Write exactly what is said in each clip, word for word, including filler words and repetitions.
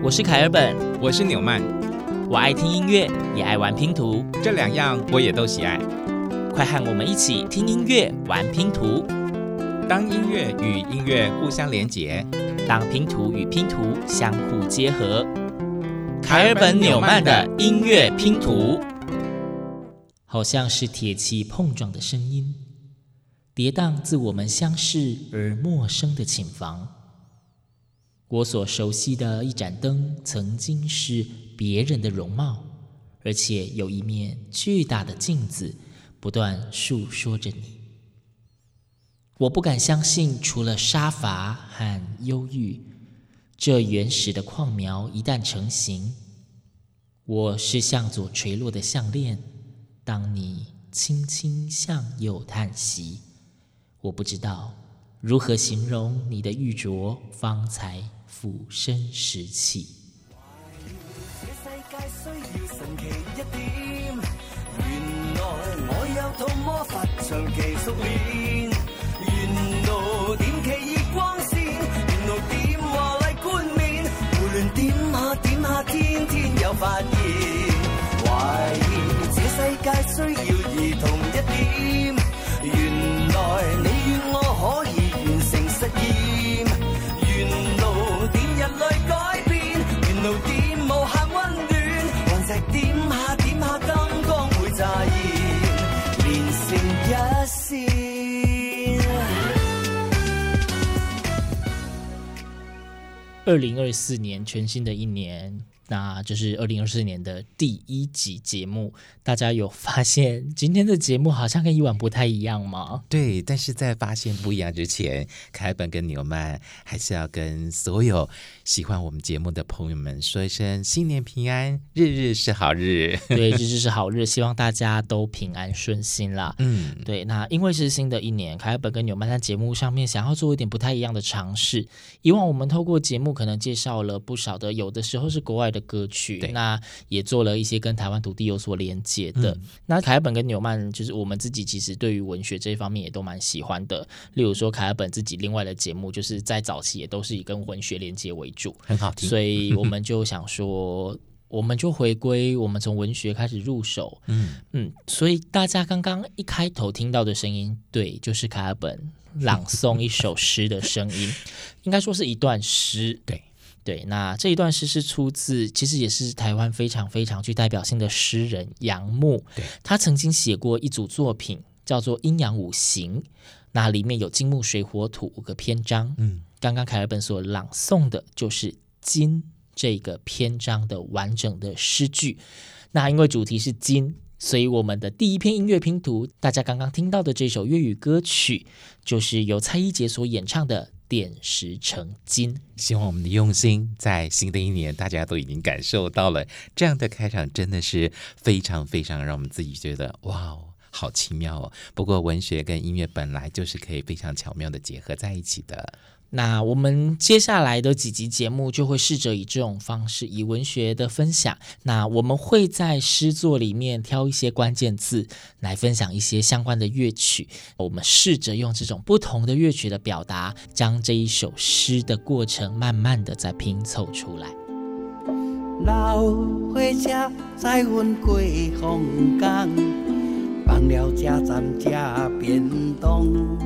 我是凯尔本， 我是纽曼。 我爱听音乐，也爱玩拼图， 这两样我也都喜爱。 快和我们一起听音乐，玩拼图。 当音乐与音乐互相连结， 当拼图与拼图相互结合。凯尔本纽曼的音乐拼图，好像是铁器碰撞的声音，跌宕自我们相识而陌生的寝房。我所熟悉的一盏灯，曾经是别人的容貌，而且有一面巨大的镜子，不断诉说着你。我不敢相信，除了杀伐和忧郁，这原始的矿苗一旦成型，我是向左垂落的项链，当你轻轻向右叹息，我不知道如何形容你的玉镯方才俯身拾起。 這世界需要神奇一點，原來我有套魔法長期熟練，沿路點奇異光線，沿路點華麗冠冕，胡亂點下點下，天天有發現，懷疑這世界需要兒童一點，原來你與我可以完成實驗，沿路點人類改變，沿路點無限溫暖，頑石點下點下，燈光會乍現，連成一線。 二零二四年，全新的一年，那就是二零二四年的第一集节目。大家有发现今天的节目好像跟以往不太一样吗？ 对，但是在发现不一样之前，凯尔本跟纽曼还是要跟所有喜欢我们节目的朋友们说一声新年平安，日日是好日。 对，日日是好日，希望大家都平安顺心啦。 嗯， 对，那因为是新的一年，凯尔本跟纽曼在节目上面想要做一点不太一样的尝试。以往我们透过节目可能介绍了不少的，有的时候是国外的歌曲，那也做了一些跟台湾土地有所连接的。嗯、那凯尔本跟纽曼就是我们自己其实对于文学这一方面也都蛮喜欢的。例如说凯尔本自己另外的节目，就是在早期也都是以跟文学连接为主， 很好听。 所以我们就想说。我们就回归，我们从文学开始入手，嗯嗯，所以大家刚刚一开头听到的声音，对，就是凯尔本朗诵一首诗的声音，应该说是一段诗， 对对。那这一段诗是出自，其实也是台湾非常非常具代表性的诗人杨牧，他曾经写过一组作品叫做《阴阳五行》，那里面有金木水火土五个篇章，嗯，刚刚凯尔本所朗诵的就是金这个篇章的完整的诗句。那因为主题是金，所以我们的第一篇音乐拼图，大家刚刚听到的这首粤语歌曲，就是由蔡依杰所演唱的《点石成金》。 希望我们的用心在新的一年大家都已经感受到了，这样的开场真的是非常非常让我们自己觉得哇哦好奇妙哦。不过文学跟音乐本来就是可以非常巧妙的结合在一起的。 那我们接下来的几集节目就会试着以这种方式，以文学的分享，那我们会在诗作里面挑一些关键字来分享一些相关的乐曲，我们试着用这种不同的乐曲的表达，将这一首诗的过程慢慢的再拼凑出来。 老火车载阮过风港，放了车站吃便当，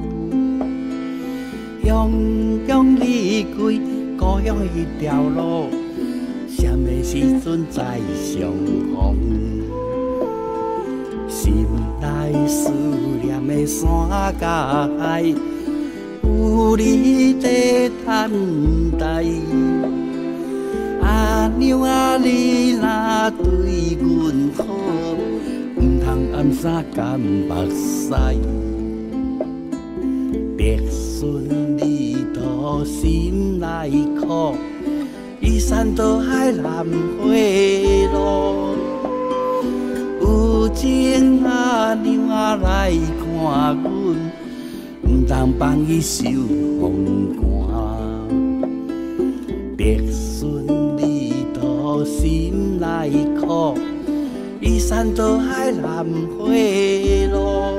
乡乡离开故乡一条路，什么时阵再相逢？心内思念的山甲海，有你在等待。阿娘啊，你若对阮好，唔通暗沙干目屎。白顺你途心内苦，依山倒海南回路。有情阿娘啊来看阮，唔通放伊受风寒。白顺你途心内苦，依山倒海南回路。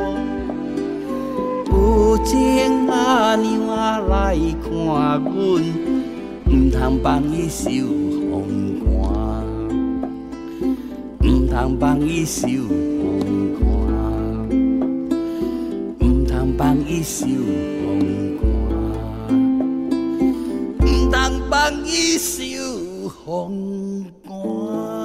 有情阿娘啊来看阮， 唔通放伊受风寒，唔通放伊受风寒，唔通放伊受风寒，唔通放伊受风寒。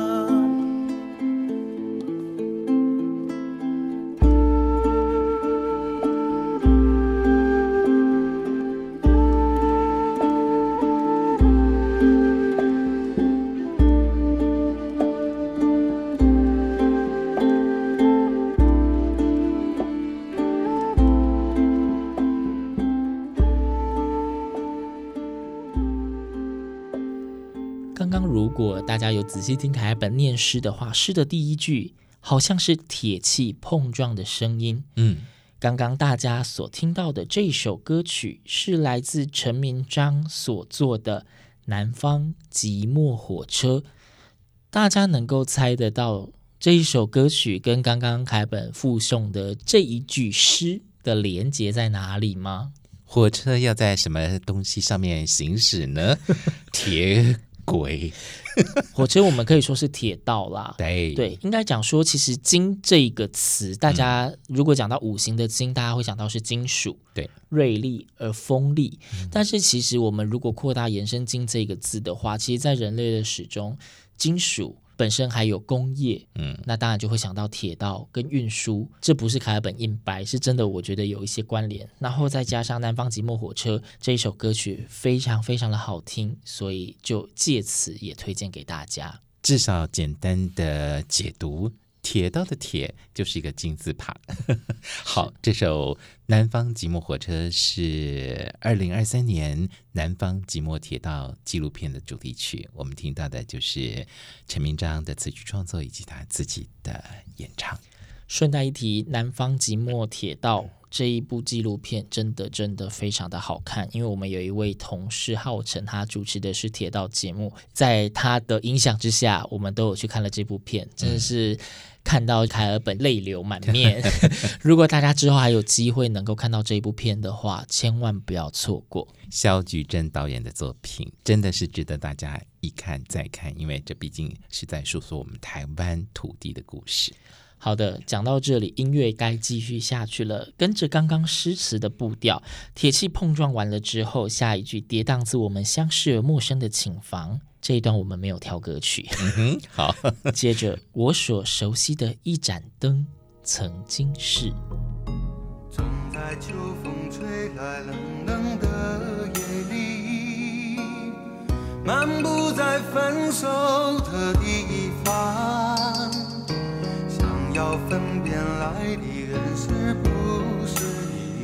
刚刚如果大家有仔细听凯尔本念诗的话，诗的第一句好像是铁器碰撞的声音。 嗯， 刚刚大家所听到的这首歌曲是来自陈明章所作的《南方寂寞火车》。大家能够猜得到这一首歌曲跟刚刚凯本附送的这一句诗的连结在哪里吗？ 火车要在什么东西上面行驶呢？铁轨。 火车我们可以说是铁道啦。 对对，应该讲说，其实金这个词，大家如果讲到五行的金，大家会想到是金属， 对， 锐利而锋利。嗯、但是其实我们如果扩大延伸金这个字的话，其实在人类的史中，金属本身还有工业，嗯，那当然就会想到铁道跟运输，这不是凯尔本硬掰，是真的，我觉得有一些关联。然后再加上《南方寂寞火车》这一首歌曲非常非常的好听，所以就借此也推荐给大家。 至少简单的解读，铁道的铁就是一个金字旁。好，这首《南方寂寞火车》是二零二三年南方寂寞铁道纪录片的主题曲，我们听到的就是陈明章的词曲创作以及他自己的演唱。 顺带一提，南方寂寞铁道这一部纪录片真的真的非常的好看，因为我们有一位同事浩辰，他主持的是铁道节目，在他的影响之下，我们都有去看了这部片，真的是看到凯尔本泪流满面。如果大家之后还有机会能够看到这一部片的话，千万不要错过。 萧菊珍导演的作品真的是值得大家一看再看，因为这毕竟是在诉说我们台湾土地的故事。 好的，讲到这里，音乐该继续下去了。跟着刚刚诗词的步调，铁器碰撞完了之后，下一句跌宕自我们相视而陌生的寝房，这一段我们没有挑歌曲。 嗯哼，好。 接着，我所熟悉的一盏灯，曾经是。 正在秋风吹来冷冷的夜里，漫步在分手的地方。要分辨来历人是不是你，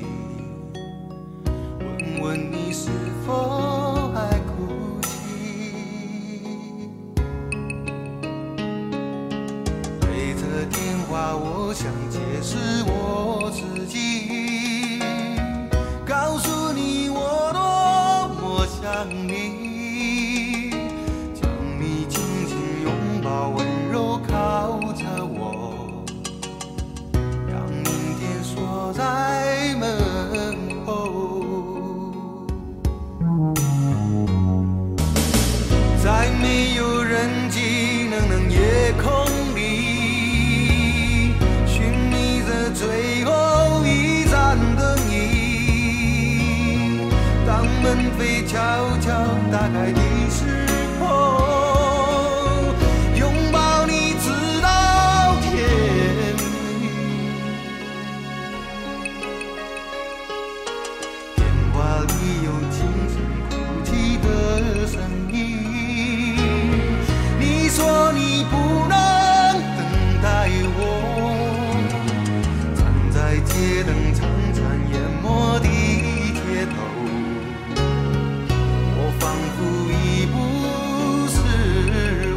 问问你是否还哭泣，对着电话我想解释我自己，告诉你我多么想你，将你紧紧拥抱，温柔靠着我，锁在门后，在没有人迹冷冷夜空里，寻觅着最后一盏灯影。当门扉悄悄打开的时候，拥抱你直到天明。话里有轻声哭泣的声音，你说你不能等待我，站在街灯长长淹没的街头，我仿佛已不是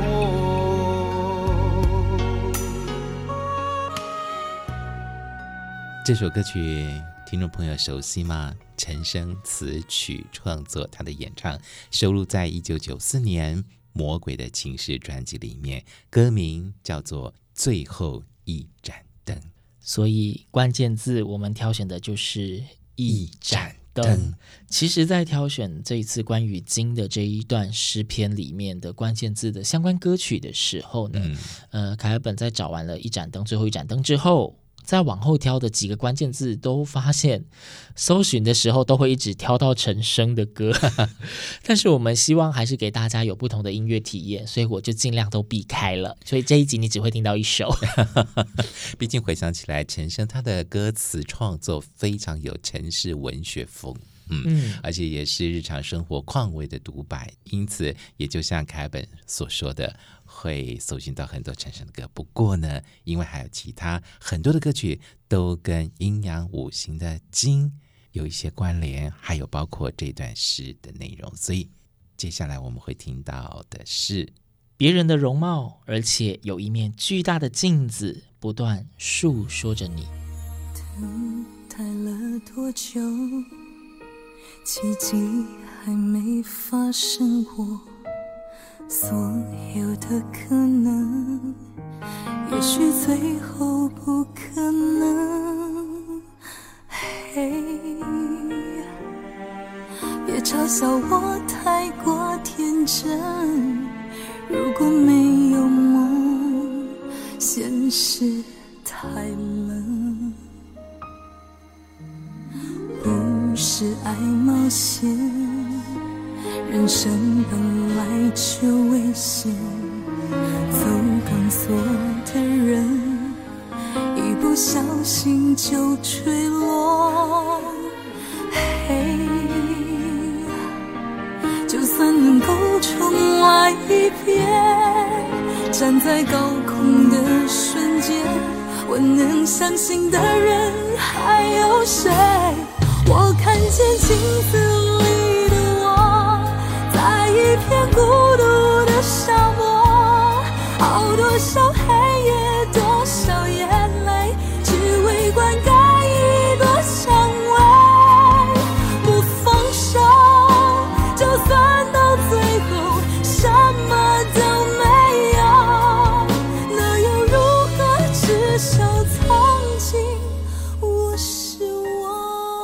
我。 这首歌曲听众朋友熟悉吗？陈升词曲创作，他的演唱收录在一九九四年《魔鬼的情事》专辑里面，歌名叫做《最后一盏灯》。 所以关键字我们挑选的就是一盏灯。其实在挑选这一次关于金的这一段诗篇里面的关键字的相关歌曲的时候呢、嗯、呃，凯尔本在找完了一盏灯最后一盏灯之后，再往后挑的几个关键字都发现搜寻的时候都会一直挑到陈升的歌但是我们希望还是给大家有不同的音乐体验，所以我就尽量都避开了，所以这一集你只会听到一首毕竟回想起来，陈升他的歌词创作非常有城市文学风，嗯，嗯而且也是日常生活况味的独白，因此也就像凯尔本所说的，会搜寻到很多陈升的歌。不过呢，因为还有其他很多的歌曲都跟阴阳五行的金有一些关联，还有包括这段诗的内容，所以接下来我们会听到的是别人的容貌，而且有一面巨大的镜子不断诉说着你。 等待了多久，奇迹还没发生过，所有的可能也许最后不可能。嘿，别嘲笑我太过天真，如果没有梦，现实太冷。不是爱冒险，人生本来就危险，走钢索的人一不小心就坠落。嘿，就算能够重来一遍，站在高空的瞬间，我能相信的人还有谁？我看见镜子里的我，在一片孤独的沙漠，好多少黑夜，多少眼泪，只为灌溉一朵蔷薇。不放手，就算到最后什么都没有，那又如何？至少曾经我是我。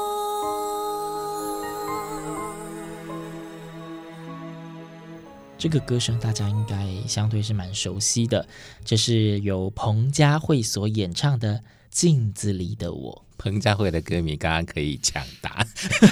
这个歌声大家应该相对是蛮熟悉的，这是由彭佳慧所演唱的《镜子里的我》。 彭佳慧的歌迷刚刚可以抢答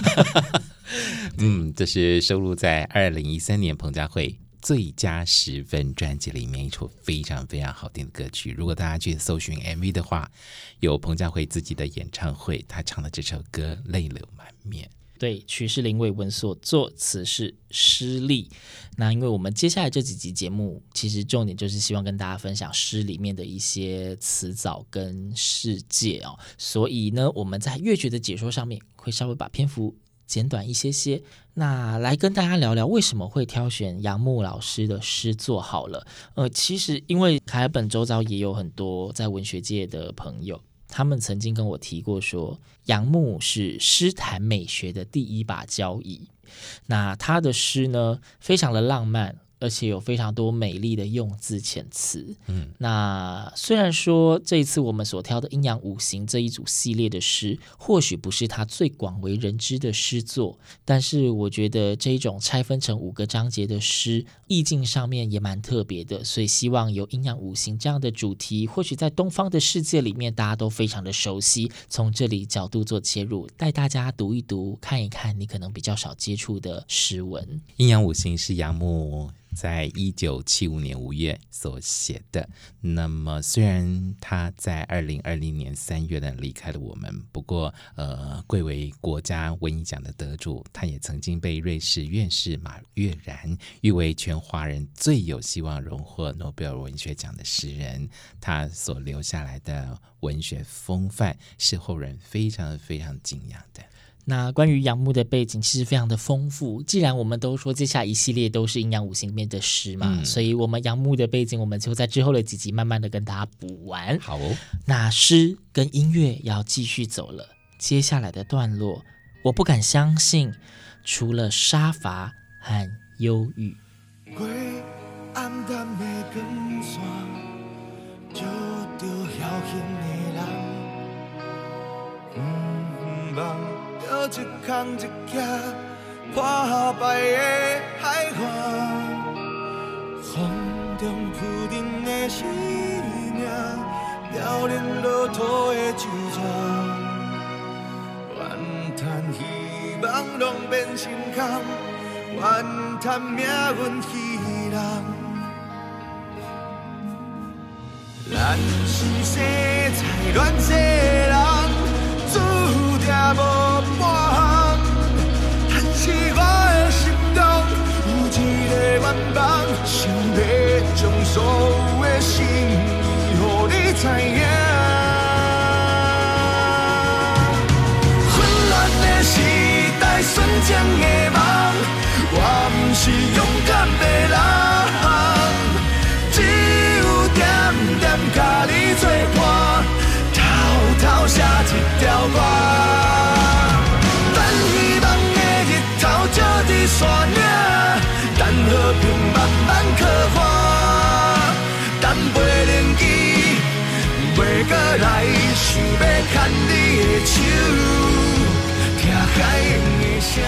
嗯，这是收录在二零一三年彭佳慧最佳十分专辑里面一首非常非常好听的歌曲。如果大家去搜寻 M V 的话，有彭佳慧自己的演唱会，她唱的这首歌泪流满面。 对，曲是林伟文所作，词是诗丽。那因为我们接下来这几集节目，其实重点就是希望跟大家分享诗里面的一些词藻跟世界哦，所以呢，我们在乐曲的解说上面会稍微把篇幅简短一些些。那来跟大家聊聊为什么会挑选杨牧老师的诗作好了。呃，其实因为凯尔本周遭也有很多在文学界的朋友，他们曾经跟我提过说，杨牧是诗坛美学的第一把交椅。那他的诗呢，非常的浪漫，而且有非常多美丽的用字遣词。嗯，那虽然说这一次我们所挑的阴阳五行这一组系列的诗，或许不是他最广为人知的诗作，但是我觉得这一种拆分成五个章节的诗，意境上面也蛮特别的，所以希望有阴阳五行这样的主题，或许在东方的世界里面大家都非常的熟悉，从这里角度做切入，带大家读一读，看一看你可能比较少接触的诗文。 阴阳五行是杨牧在一九七五年五月所写的。那么虽然他在二零二零年三月呢离开了我们，不过呃，贵为国家文艺奖的得主，他也曾经被瑞士院士马悦然誉为全华人最有希望荣获诺贝尔文学奖的诗人。他所留下来的文学风范是后人非常非常敬仰的。 那关于杨牧的背景其实非常的丰富，既然我们都说接下来一系列都是阴阳五行里面的诗嘛、嗯、所以我们杨牧的背景我们就在之后的几集慢慢的跟大家补完。 好哦， 那诗跟音乐要继续走了，接下来的段落我不敢相信，除了杀伐和忧郁。 过暗淡的光线，照着侥幸的人，不望着一空一徛，破败的海岸，风中浮沉的生命，凋零落土的旧墙，怨叹希望拢变成空，怨叹命运欺人。咱是生在乱世人，注定无半项。但是我的心中有一个愿望，想要将所有的心意，予你知影。混乱的时代，纯情的梦，我不是勇敢的人。点甲你作伴，偷偷写一条歌。等希望的日头照伫山岭，等和平慢慢刻画。等袂能记，袂过来，想要牵你的手，听海涌的声。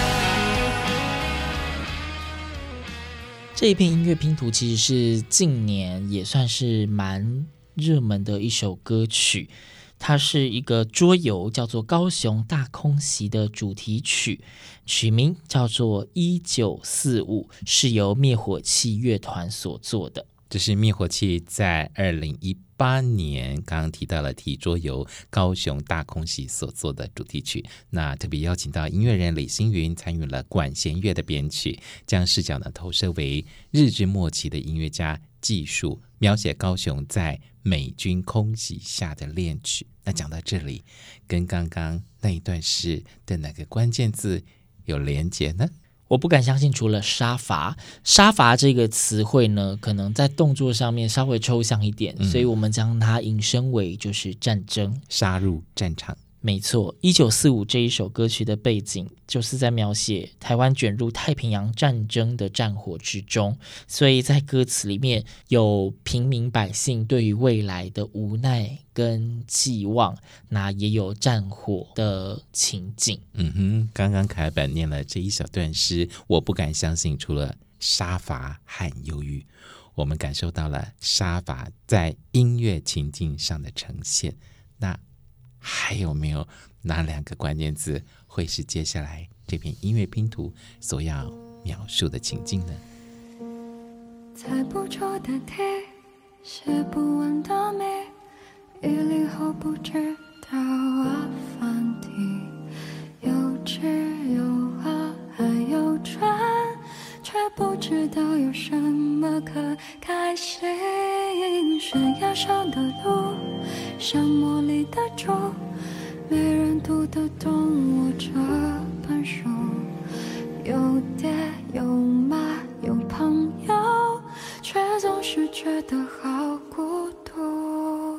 这一片音乐拼图其实是近年也算是蛮热门的一首歌曲，它是一个桌游叫做《高雄大空袭》的主题曲，曲名叫做《一九四五》，是由灭火器乐团所做的。 这是灭火器在二零一八年刚刚提到了题桌游《高雄大空袭》所做的主题曲。那特别邀请到音乐人李星云参与了管弦乐的编曲，将视角呢投射为日治末期的音乐家技术，描写高雄在美军空袭下的恋曲。那讲到这里，跟刚刚那一段诗的哪个关键字有连结呢？ 我不敢相信，除了杀伐，杀伐这个词汇呢，可能在动作上面稍微抽象一点，嗯、所以我们将它引申为就是战争， 杀入战场。 没错，一九四五这一首歌曲的背景就是在描写台湾卷入太平洋战争的战火之中，所以在歌词里面有平民百姓对于未来的无奈跟寄望，那也有战火的情景。 嗯哼，刚刚凯本念了这一小段诗，我不敢相信，除了杀伐和忧郁，我们感受到了杀伐在音乐情境上的呈现。那还有没有哪两个关键字会是接下来这片音乐拼图所要描述的情境呢？ 猜不出的题，写不完的谜，一零后不知道阿凡提，有吃有喝还有穿，却不知道有什么可开心。悬崖上的路，沙漠里的竹，没人读得懂我这本书。有爹有妈有朋友，却总是觉得好孤独。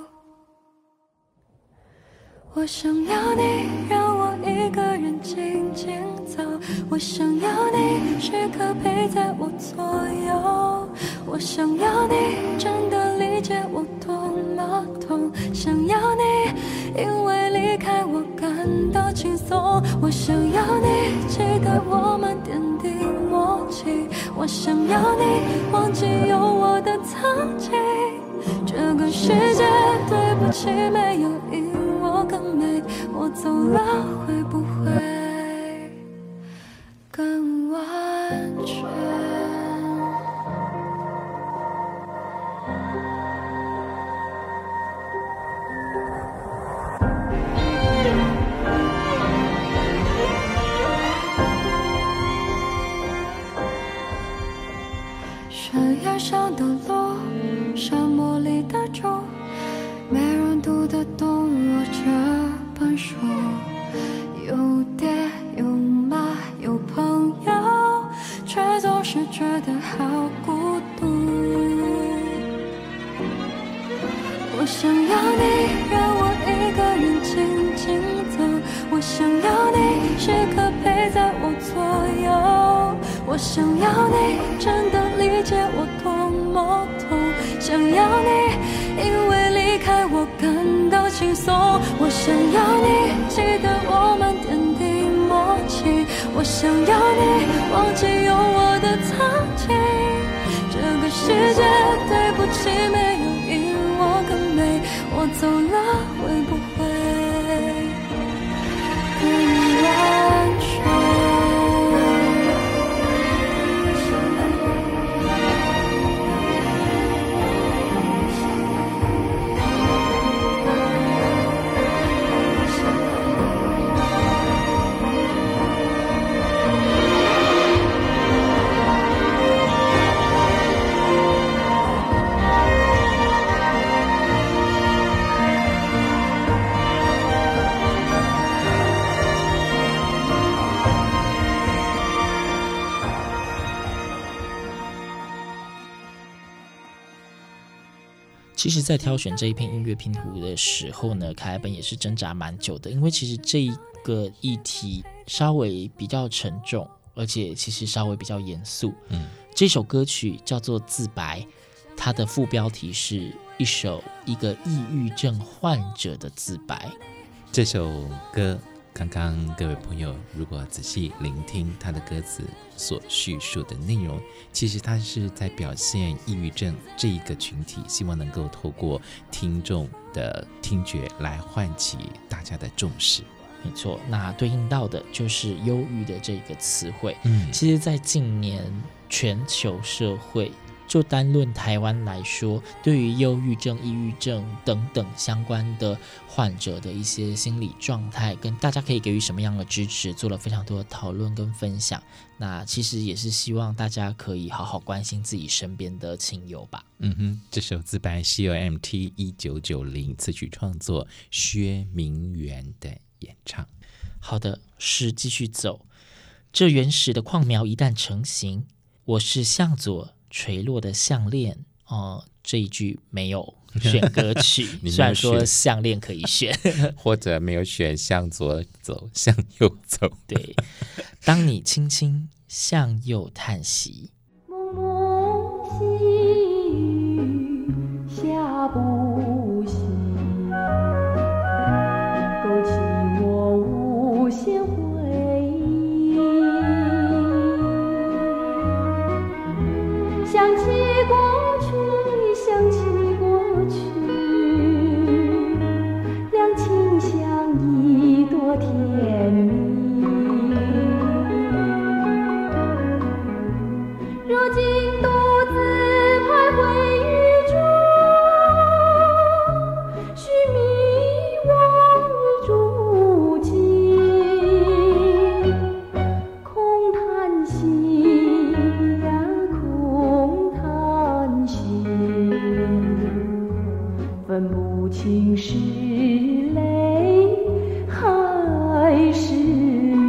我想要你让我一个人静静走，我想要你时刻陪在我左右，我想要你真的理解我多么痛，想要你因为离开我感到轻松，我想要你记得我们点滴默契，我想要你忘记有我的曾经。这个世界对不起没有因我更美，我走了会不会更完全？悬崖上的路，沙漠里的竹，没人读得懂我这本书。有爹有妈有朋友，却总是觉得好孤独。我想要你让我一个人静静走，我想要你时刻陪在我左右，我想要你真的理解我多么痛，想要你因为离开我感到轻松，我想要你记得我们点滴默起，我想要你忘记有我的曾经。这个世界对不起，没有比我更美，我走了会不会更安全？ 其实在挑选这一篇音乐拼图的时候呢，凯尔本也是挣扎蛮久的，因为其实这一个议题稍微比较沉重，而且其实稍微比较严肃。嗯，这首歌曲叫做《自白》，它的副标题是一首一个抑郁症患者的自白。 这首歌刚刚各位朋友如果仔细聆听它的歌词所叙述的内容，其实它是在表现抑郁症这一个群体，希望能够透过听众的听觉来唤起大家的重视。 没错，那对应到的就是忧郁的这个词汇。 嗯， 其实在近年全球社会，就单论台湾来说，对于忧郁症、抑郁症等等相关的患者的一些心理状态，跟大家可以给予什么样的支持，做了非常多的讨论跟分享。那其实也是希望大家可以好好关心自己身边的亲友吧。 嗯哼，这首自白是由 M T 一九九零词曲创作，薛明元的演唱。 好的，诗继续走。这原始的矿苗一旦成型，我是向左垂落的项链。哦、呃，这一句没有选歌曲，虽然说项链可以选， 或者没有选向左走，向右走。 对，当你轻轻向右叹息， 蒙蒙细雨下不息，勾起我无限回忆，想起过去，想起过去，两情相依多甜蜜。如今独自徘徊雨中，须迷惘如镜，空叹息呀，空叹息，分不清是泪还是雨。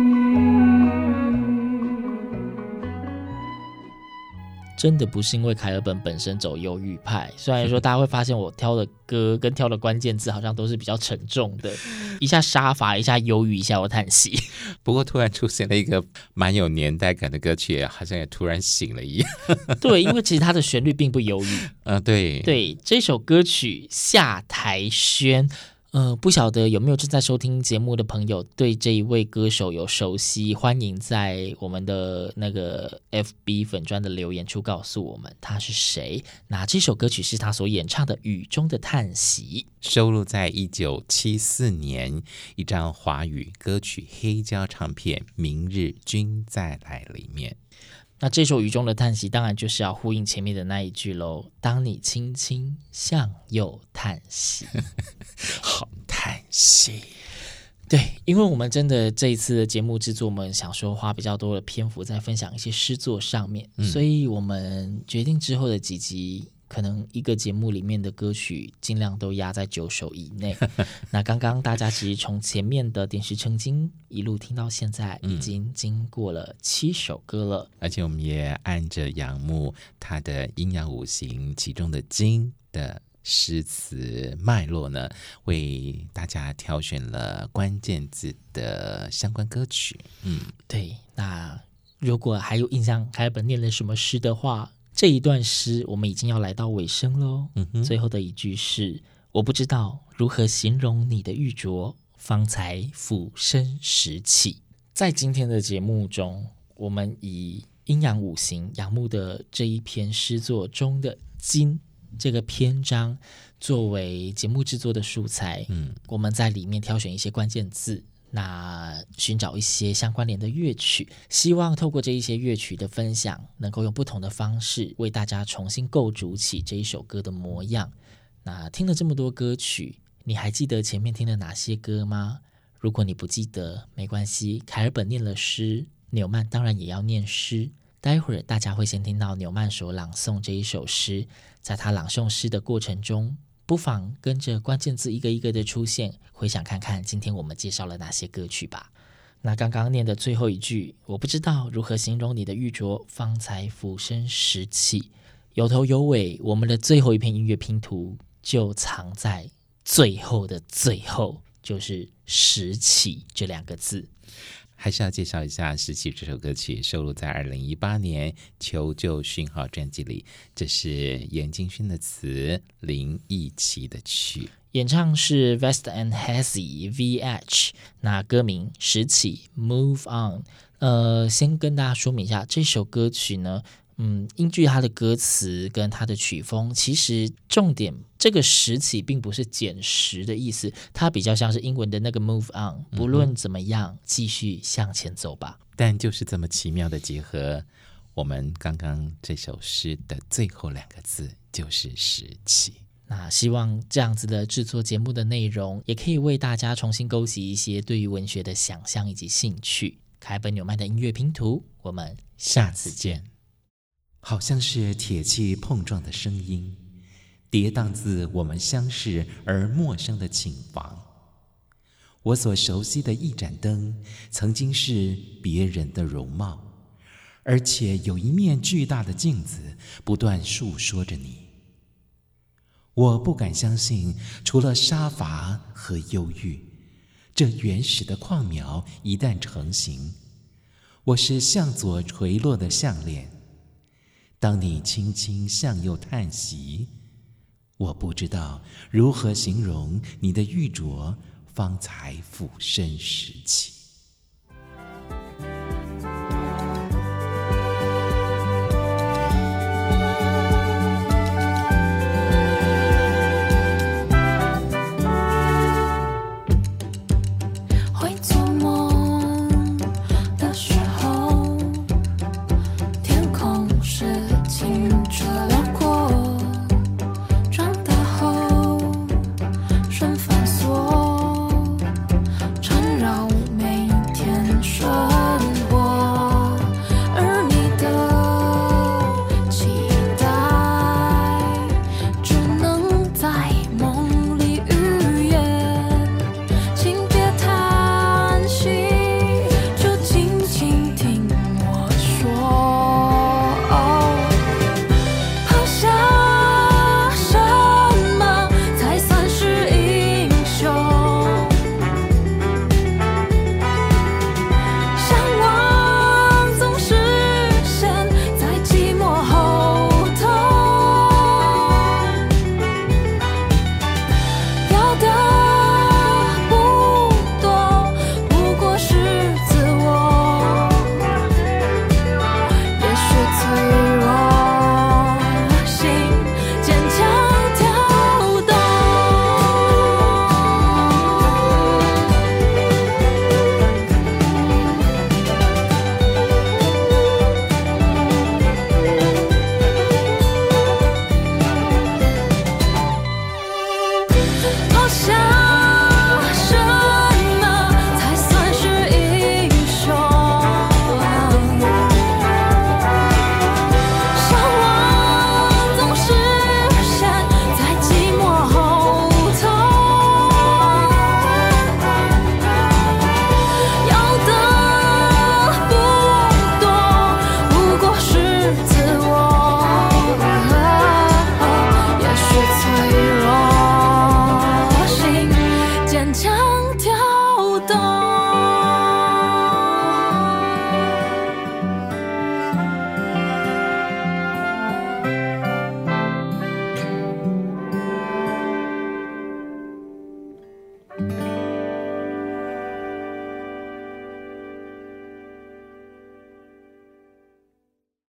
真的不是因为凯尔本本身走忧郁派，虽然说大家会发现我挑的歌跟挑的关键字好像都是比较沉重的，一下杀伐，一下忧郁，一下又叹息。 不过突然出现了一个蛮有年代感的歌曲，好像也突然醒了一样。 对，因为其实它的旋律并不忧郁。 呃，对对，这首歌曲《下台轩》。呃，不晓得有没有正在收听节目的朋友对这一位歌手有熟悉，欢迎在我们的那个 F B 粉专的留言处告诉我们他是谁。那这首歌曲是他所演唱的《雨中的叹息》， 收录在一九七四年一张华语歌曲黑胶唱片《明日君再来》里面。 那这首雨中的叹息当然就是要呼应前面的那一句咯，当你轻轻向右叹息。 好叹息。 对，因为我们真的这一次的节目制作，我们想说花比较多的篇幅在分享一些诗作上面、嗯、所以我们决定之后的几集可能一个节目里面的歌曲尽量都压在九首以内。那刚刚大家其实从前面的点石成金一路听到现在，已经经过了七首歌了、嗯、 而且我们也按着杨牧它的阴阳五行其中的金的诗词脉络呢，为大家挑选了关键字的相关歌曲。嗯， 对，那如果还有印象凯尔本念了什么诗的话，这一段诗我们已经要来到尾声咯、嗯、最后的一句是，我不知道如何形容你的玉镯，方才俯身拾起。 在今天的节目中，我们以阴阳五行仰慕的这一篇诗作中的金这个篇章作为节目制作的素材，嗯，我们在里面挑选一些关键字，那寻找一些相关联的乐曲，希望透过这一些乐曲的分享，能够用不同的方式为大家重新构筑起这一首歌的模样。那听了这么多歌曲，你还记得前面听了哪些歌吗？如果你不记得没关系，凯尔本念了诗，纽曼当然也要念诗。待会儿大家会先听到纽曼所朗诵这一首诗，在他朗诵诗的过程中，不妨跟着关键字一个一个的出现，回想看看今天我们介绍了哪些歌曲吧。那刚刚念的最后一句，我不知道如何形容你的玉镯方才俯身拾起，有头有尾，我们的最后一篇音乐拼图就藏在最后的最后，就是拾起这两个字。 还是要介绍一下《拾起》这首歌曲，收录在二零一八年《求救讯号》专辑里。这是严金勋的词，林奕琪的曲， 演唱是 Vest and Hazy V H， 那歌名《拾起 Move On》。呃，先跟大家说明一下，这首歌曲呢，嗯，依据它的歌词跟它的曲风，其实重点这个拾起并不是捡拾的意思，它比较像是英文的那个 move on， 不论怎么样，嗯、继续向前走吧。 但就是这么奇妙的结合，我们刚刚这首诗的最后两个字就是拾起。 那希望这样子的制作节目的内容，也可以为大家重新勾起一些对于文学的想象以及兴趣。凯本纽曼的音乐拼图，我们下次见。 好像是铁器碰撞的声音，跌宕自我们相识而陌生的寝房。我所熟悉的一盏灯，曾经是别人的容貌，而且有一面巨大的镜子，不断诉说着你。我不敢相信，除了杀伐和忧郁，这原始的矿苗一旦成型，我是向左垂落的项链。当你轻轻向右叹息，我不知道如何形容你的玉镯方才俯身拾起。